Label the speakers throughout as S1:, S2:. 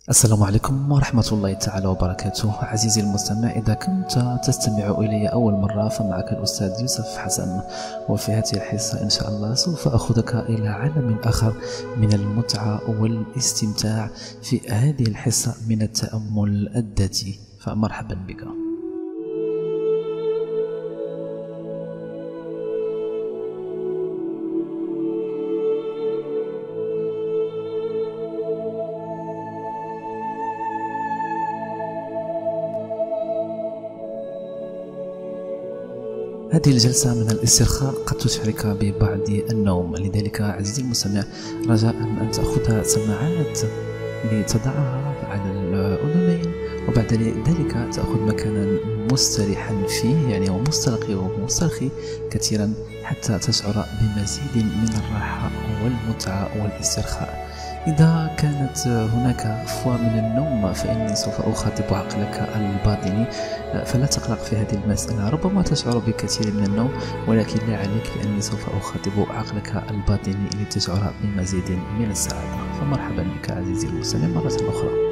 S1: السلام عليكم ورحمة الله تعالى وبركاته. عزيزي المستمع، إذا كنت تستمع إلي أول مرة فمعك الأستاذ يوسف حسن، وفي هذه الحصة إن شاء الله سوف أخذك إلى عالم آخر من المتعة والاستمتاع في هذه الحصة من التأمل الذاتي، فمرحبا بك. هذه الجلسة من الاسترخاء قد تشعرك ببعض النوم، لذلك عزيزي المستمع رجاء أن تأخذ سماعات لتضعها على الأذنين، وبعد ذلك تأخذ مكانا مستريحا فيه يعني ومسترخي كثيرا حتى تشعر بمزيد من الراحة والمتعة والاسترخاء. إذا كانت هناك أفواه من النوم فإني سوف أخاطب عقلك الباطني، فلا تقلق في هذه المسألة. ربما تشعر بكثير من النوم ولكن لا عليك، لأني سوف أخاطب عقلك الباطني لتشعر بمزيد من السعادة. فمرحبا بك عزيزي المستمع مرة أخرى.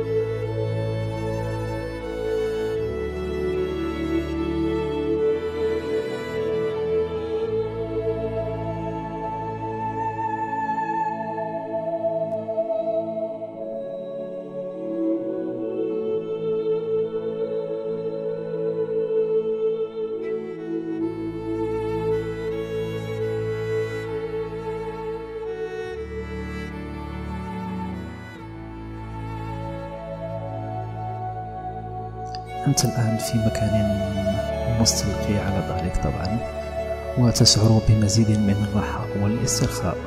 S1: أنت الآن في مكان مستلقي على ظهرك طبعا، وتشعر بمزيد من الراحة والاسترخاء.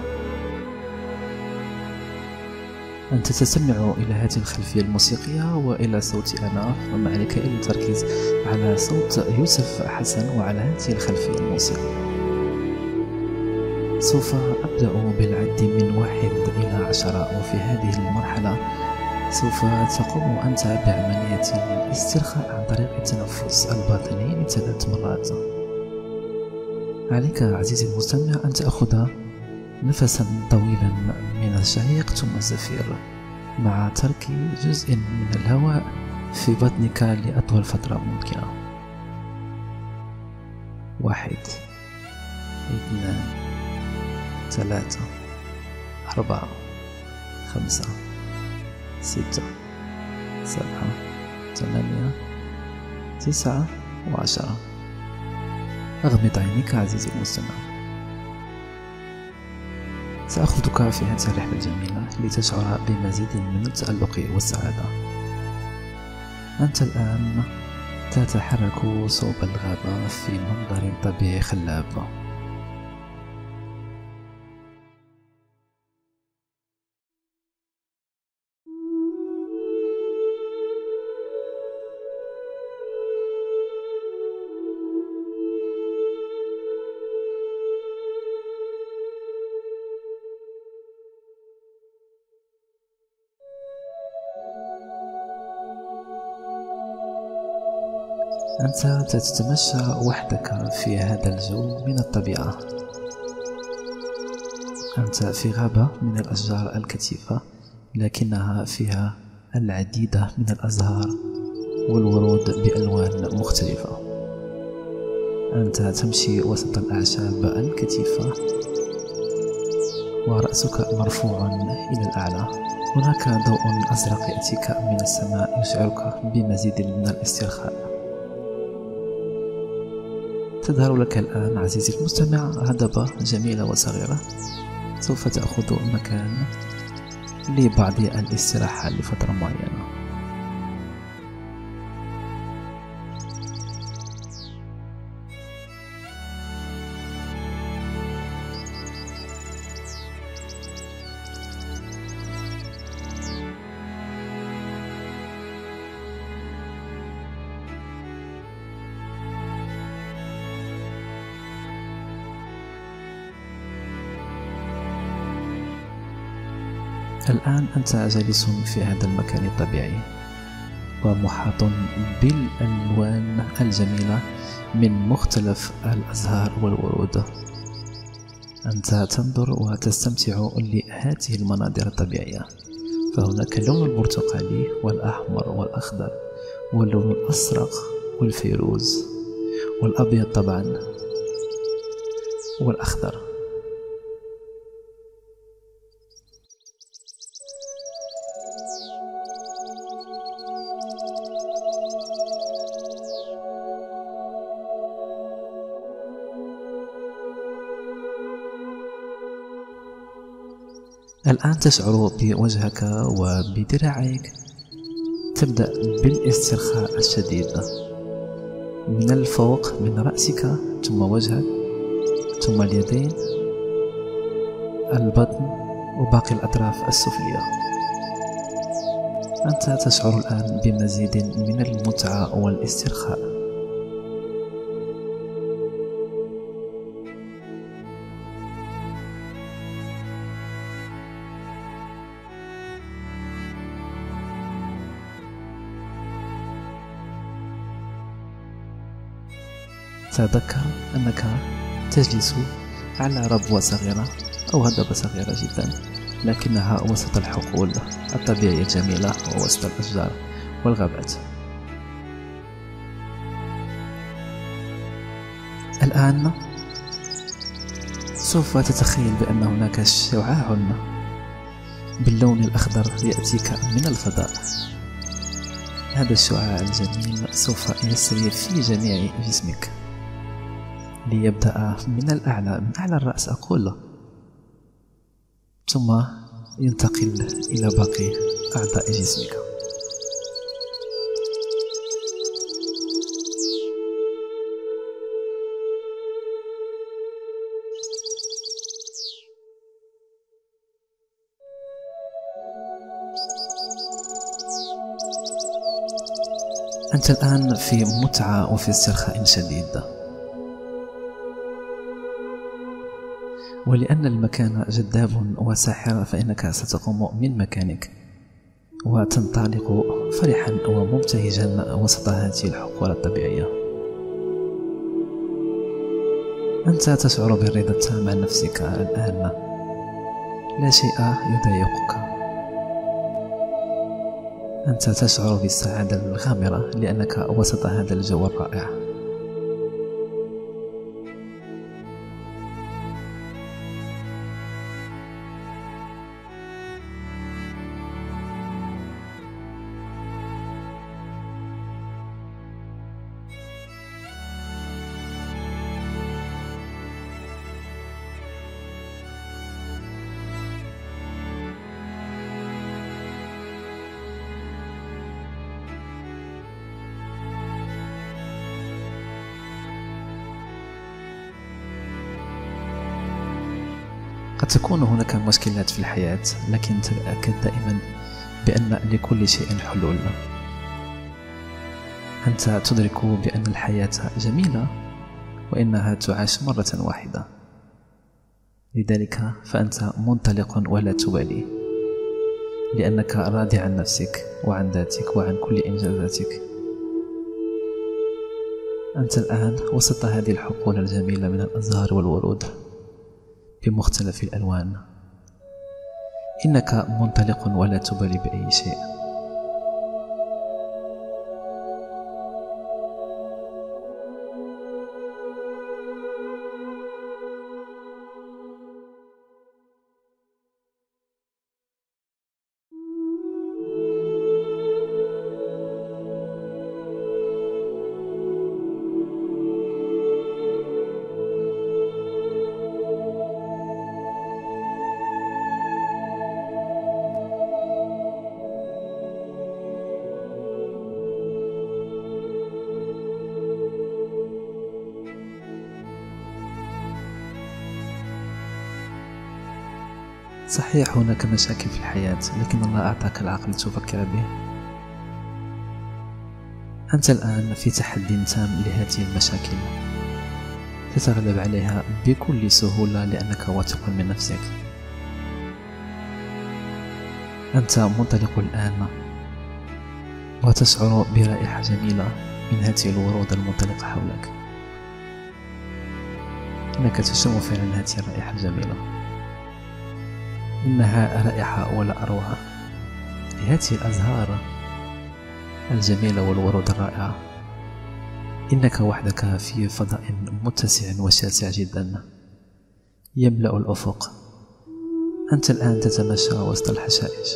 S1: أنت تستمع إلى هذه الخلفية الموسيقية وإلى صوتي أنا، وما عليك إلا التركيز على صوت يوسف حسن وعلى هذه الخلفية الموسيقية. سوف أبدأ بالعد من 1 إلى 10، وفي هذه المرحلة سوف تقوم أنت بعملية الاسترخاء عن طريق التنفس الباطني ل3 مرات. عليك عزيزي المستمع أن تأخذ نفسا طويلا من الشهيق ثم الزفير، مع ترك جزء من الهواء في بطنك لأطول فترة ممكنة. 1 2 3 4 5 6 7 8 9 و10. أغمض عينيك عزيزي المستمع. سأخذك في هذه الرحلة الجميلة لتشعر بمزيد من التألق والسعادة. أنت الآن تتحرك صوب الغابة في منظر طبيعي خلاب. أنت تتمشى وحدك في هذا الجو من الطبيعة. أنت في غابة من الأشجار الكثيفة، لكنها فيها العديد من الأزهار والورود بألوان مختلفة. أنت تمشي وسط الأعشاب الكثيفة ورأسك مرفوع إلى الأعلى. هناك ضوء أزرق يأتيك من السماء يشعرك بمزيد من الاسترخاء. تظهر لك الآن عزيزي المستمع هضبة جميلة وصغيرة. سوف تأخذ مكان لبعض الاستراحة لفترة معينة. الآن أنت جالس في هذا المكان الطبيعي ومحاط بالألوان الجميلة من مختلف الأزهار والورود. أنت تنظر وتستمتع لهذه المناظر الطبيعية، فهناك اللون البرتقالي والأحمر والأخضر واللون الأزرق والفيروز والأبيض طبعا والأخضر. الآن تشعر بوجهك وبذراعيك، تبدأ بالاسترخاء الشديد من الفوق، من رأسك ثم وجهك ثم اليدين، البطن وباقي الأطراف السفلية. أنت تشعر الآن بمزيد من المتعة والاسترخاء. تذكر أنك تجلس على ربوة صغيرة أو هضبة صغيرة جدا، لكنها وسط الحقول الطبيعية الجميلة ووسط الأشجار والغابات. الآن سوف تتخيل بأن هناك شعاع باللون الأخضر يأتيك من الفضاء. هذا الشعاع الجميل سوف يسري في جميع جسمك، ليبدأ من الأعلى، من أعلى الرأس أقول، ثم ينتقل إلى باقي أعضاء جسمك. أنت الآن في متعة وفي استرخاء شديد، ولأن المكان جذاب وساحر فإنك ستقوم من مكانك وتنطلق فرحا ومبتهجا وسط هذه الحقول الطبيعية. أنت تشعر بالرضا التام عن نفسك الآن، لا شيء يضايقك. أنت تشعر بالسعادة الغامرة لأنك وسط هذا الجو الرائع. قد تكون هناك مشكلات في الحياة، لكن تأكد دائما بأن لكل شيء حلول. أنت تدرك بأن الحياة جميلة وإنها تعاش مرة واحدة، لذلك فأنت منطلق ولا تبالي، لأنك راضي عن نفسك وعن ذاتك وعن كل إنجازاتك. أنت الآن وسط هذه الحقول الجميلة من الأزهار والورود بمختلف الألوان، إنك منطلق ولا تبالي بأي شيء. صحيح هناك مشاكل في الحياة، لكن الله أعطاك العقل لتفكر به. أنت الآن في تحدي تام لهذه المشاكل، تتغلب عليها بكل سهولة لأنك واثق من نفسك. أنت منطلق الآن وتشعر برائحة جميلة من هذه الورود المنطلقة حولك، إنك تشم فعلا هذه الرائحة الجميلة، إنها رائحة ولا أروع. هذه الأزهار الجميلة والورود الرائعة، إنك وحدك في فضاء متسع وشاسع جدا يملأ الأفق. أنت الآن تتمشى وسط الحشائش،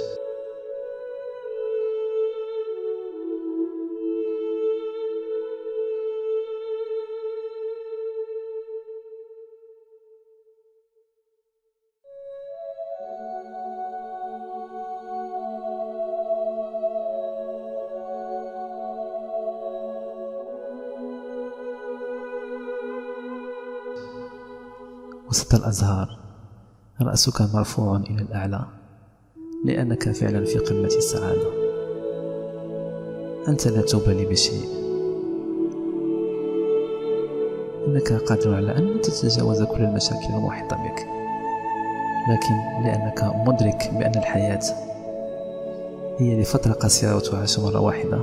S1: وسط الأزهار، رأسك مرفوع إلى الأعلى لأنك فعلا في قمة السعادة. أنت لا تبالي بشيء، إنك قادر على أن تتجاوز كل المشاكل المحيطة بك، لكن لأنك مدرك بأن الحياة هي لفترة قصيرة وتعاش مرة واحدة،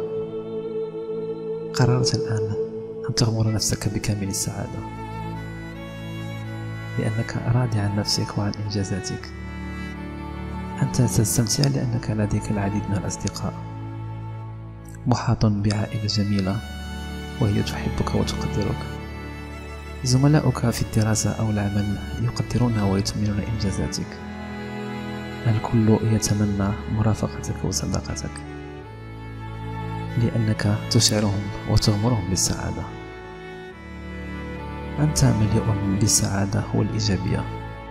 S1: قررت الآن أن تغمر نفسك بكامل السعادة، لأنك راضي عن نفسك وعن إنجازاتك. أنت تستمتع لأنك لديك العديد من الأصدقاء، محاط بعائلة جميلة وهي تحبك وتقدرك. زملاؤك في الدراسة أو العمل يقدرون ويثمنون إنجازاتك. الكل يتمنى مرافقتك وصداقتك، لأنك تشعرهم وتغمرهم بالسعادة. أنت مليء بالسعادة والإيجابية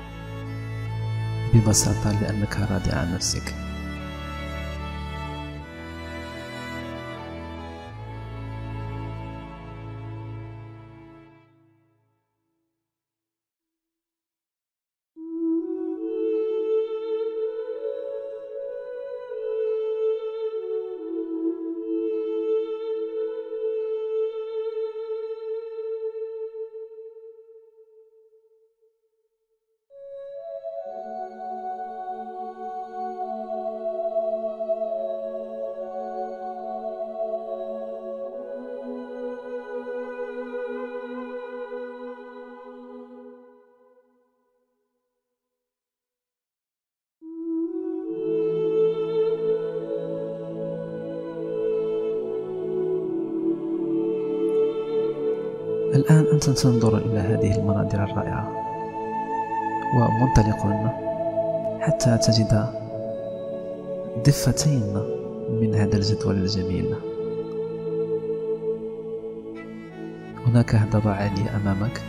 S1: ببساطة لأنك راضي عن نفسك. الآن أنت تنظر إلى هذه المناظر الرائعة ومنطلق حتى تجد ضفتين من هذا الجدول الجميل. هناك هضبة عالية أمامك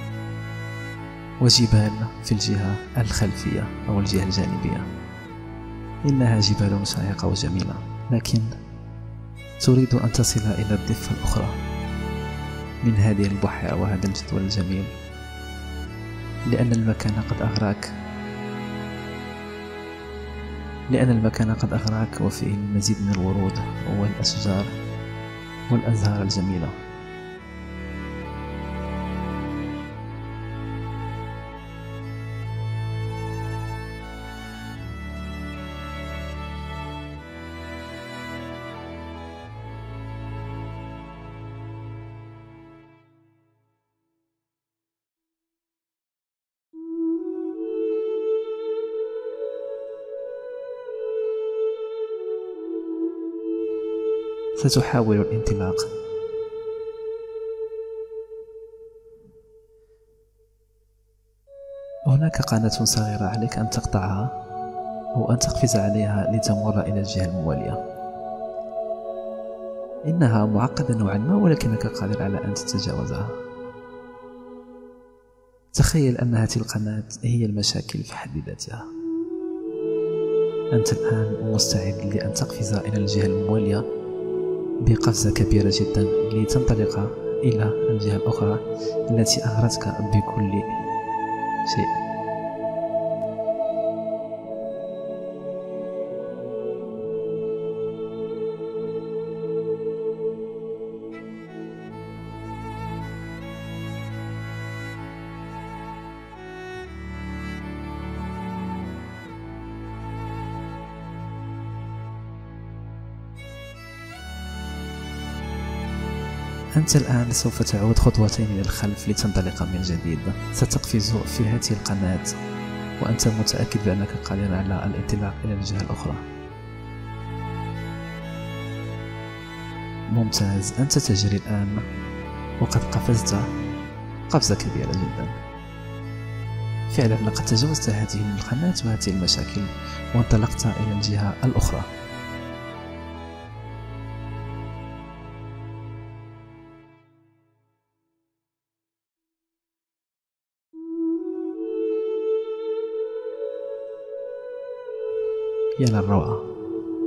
S1: وجبال في الجهة الخلفية أو الجهة الجانبية، إنها جبال شاهقة وجميلة، لكن تريد أن تصل إلى الضفة الأخرى من هذه البحيرة وهذا الجدول الجميل، لأن المكان قد أغراك وفيه المزيد من الورود والأشجار والأزهار الجميلة. ستحاول الانطلاق، هناك قناة صغيرة عليك أن تقطعها أو أن تقفز عليها لتمر إلى الجهة الموالية. إنها معقدة نوعا ما، ولكنك قادر على أن تتجاوزها. تخيل أن هذه القناة هي المشاكل في حد ذاتها. أنت الآن مستعد لأن تقفز إلى الجهة الموالية بقفزة كبيرة جدا لتنطلق إلى الجهة الأخرى التي أغرتك بكل شيء. أنت الآن سوف تعود خطوتين إلى الخلف لتنطلق من جديد. ستقفز في هذه القناة وأنت متأكد بأنك قادر على الانطلاق إلى الجهة الأخرى. ممتاز. أنت تجري الآن وقد قفزت قفزة كبيرة جدا. فعلا لقد تجاوزت هذه المخانات وهذه المشاكل وانطلقت إلى الجهة الأخرى. يا للروعة.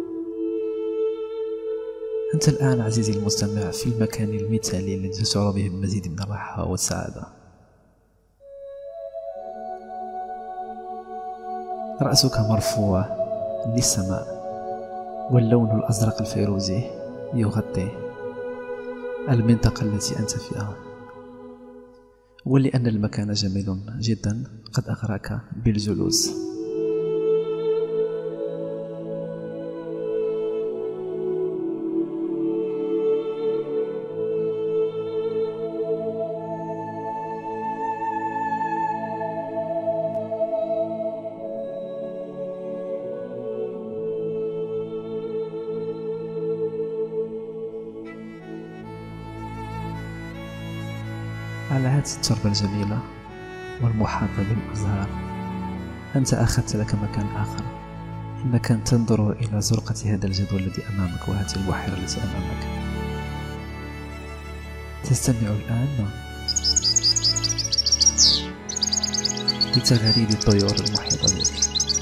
S1: أنت الآن عزيزي المستمع في المكان المثالي الذي تشعر به بمزيد من الراحة والسعادة. رأسك مرفوع للسماء واللون الأزرق الفيروزي يغطي المنطقة التي أنت فيها، ولأن المكان جميل جدا قد أغراك بالجلوس. على هذه التربة الجميلة والمحاطة بالأزهار أنت أخذت لك مكان آخر، إنك تنظر إلى زرقة هذا الجدول الذي أمامك وهذه البحيرة التي أمامك. تستمع الآن لتغريد الطيور المحيطة بك،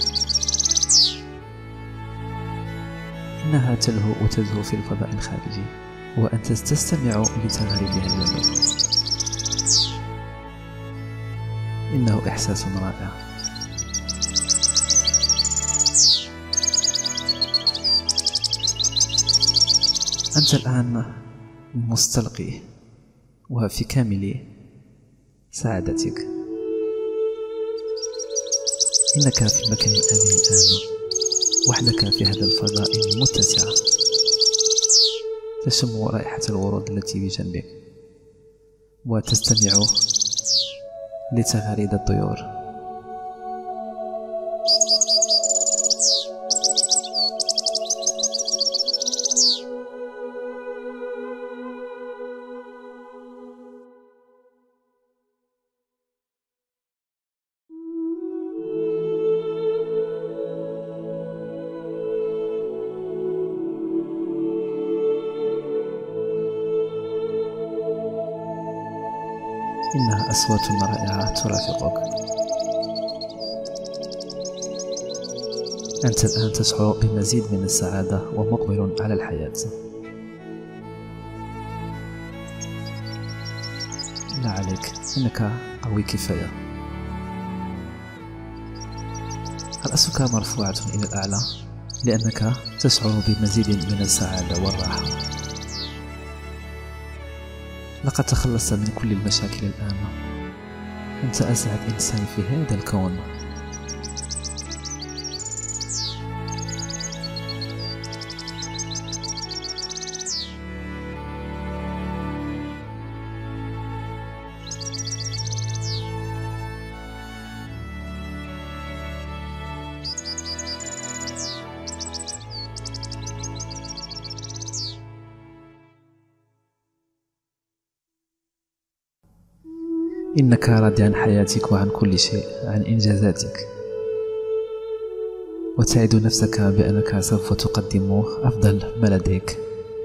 S1: إنها تلهو وتزهو في الفضاء الخارجي وأنت تستمع لتغريدها الجميلة. إنه إحساس رائع. أنت الآن مستلقي وفي كامل سعادتك، إنك في مكان آمن الآن وحدك في هذا الفضاء المتسع، تشم رائحة الورود التي بجنبك وتستمع لتغاريد الطيور. إنها أصوات رائعة ترافقك. أنت الآن تشعر بمزيد من السعادة ومقبل على الحياة. لا عليك، إنك قوي كفاية. رأسك مرفوعة إلى الأعلى لأنك تشعر بمزيد من السعادة والراحة. لقد تخلصت من كل المشاكل الآن. أنت أسعد إنسان في هذا الكون. إنك راضي عن حياتك وعن كل شيء، عن إنجازاتك، وتعد نفسك بأنك سوف تقدم أفضل ما لديك.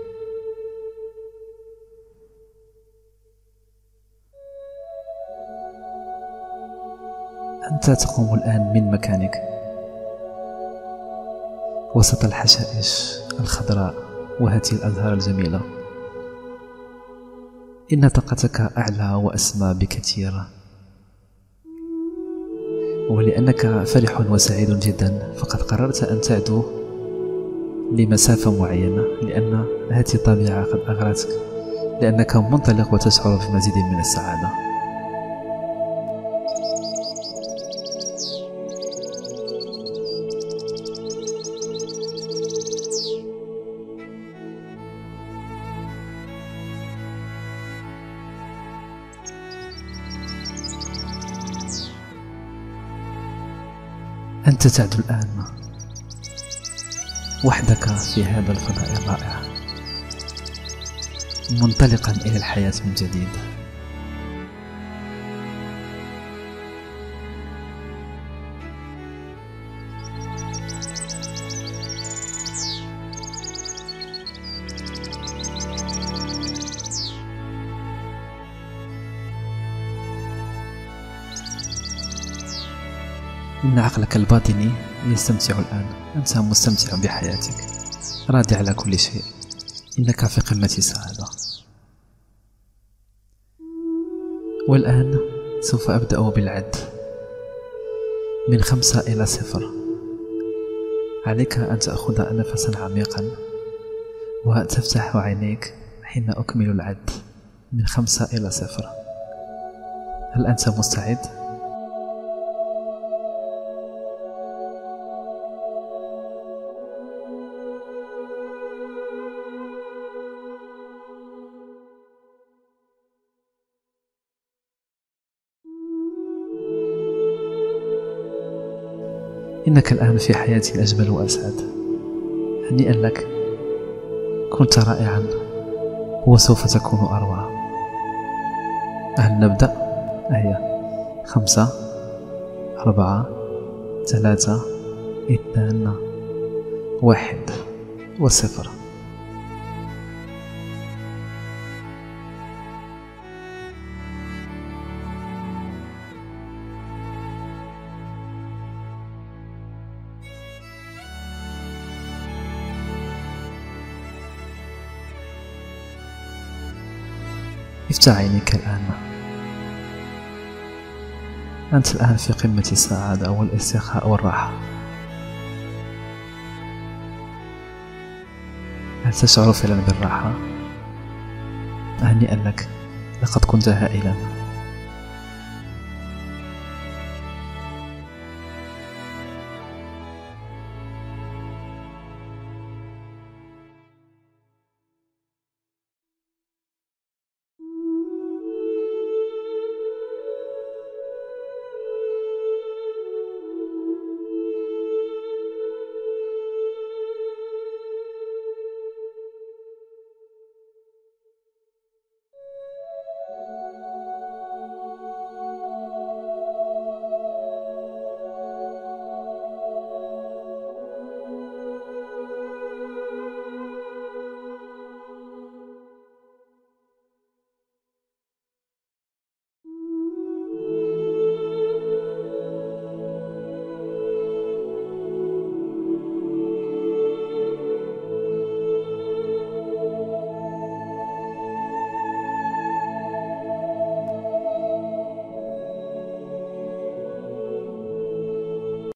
S1: أنت تقوم الآن من مكانك وسط الحشائش الخضراء وهذه الأزهار الجميلة. إن طاقتك أعلى وأسمى بكثير، ولأنك فرح وسعيد جدا فقد قررت أن تعدو لمسافة معينة، لأن هذه الطبيعة قد أغرتك، لأنك منطلق وتشعر بمزيد من السعادة. أنت تعدو الآن وحدك في هذا الفضاء الرائع. منطلقا إلى الحياة من جديد. إن عقلك الباطني يستمتع الآن، أنت مستمتع بحياتك، راضي على كل شيء، إنك في قمة السعادة. والآن سوف أبدأ بالعد من 5 إلى 0. عليك أن تأخذ نفسا عميقا وتفتح عينيك حين أكمل العد من 5 إلى 0. هل أنت مستعد؟ إنك الآن في حياة أجمل وأسعد. هنيئا لك، كنت رائعا وسوف تكون أروع. هل نبدأ؟ هيا 5 4 3 2 1 و0. افتح عينيك الآن. أنت الآن في قمة السعادة والاسترخاء والراحة. هل تشعر فعلا بالراحة؟ هنيئا لك، لقد كنت هائلا.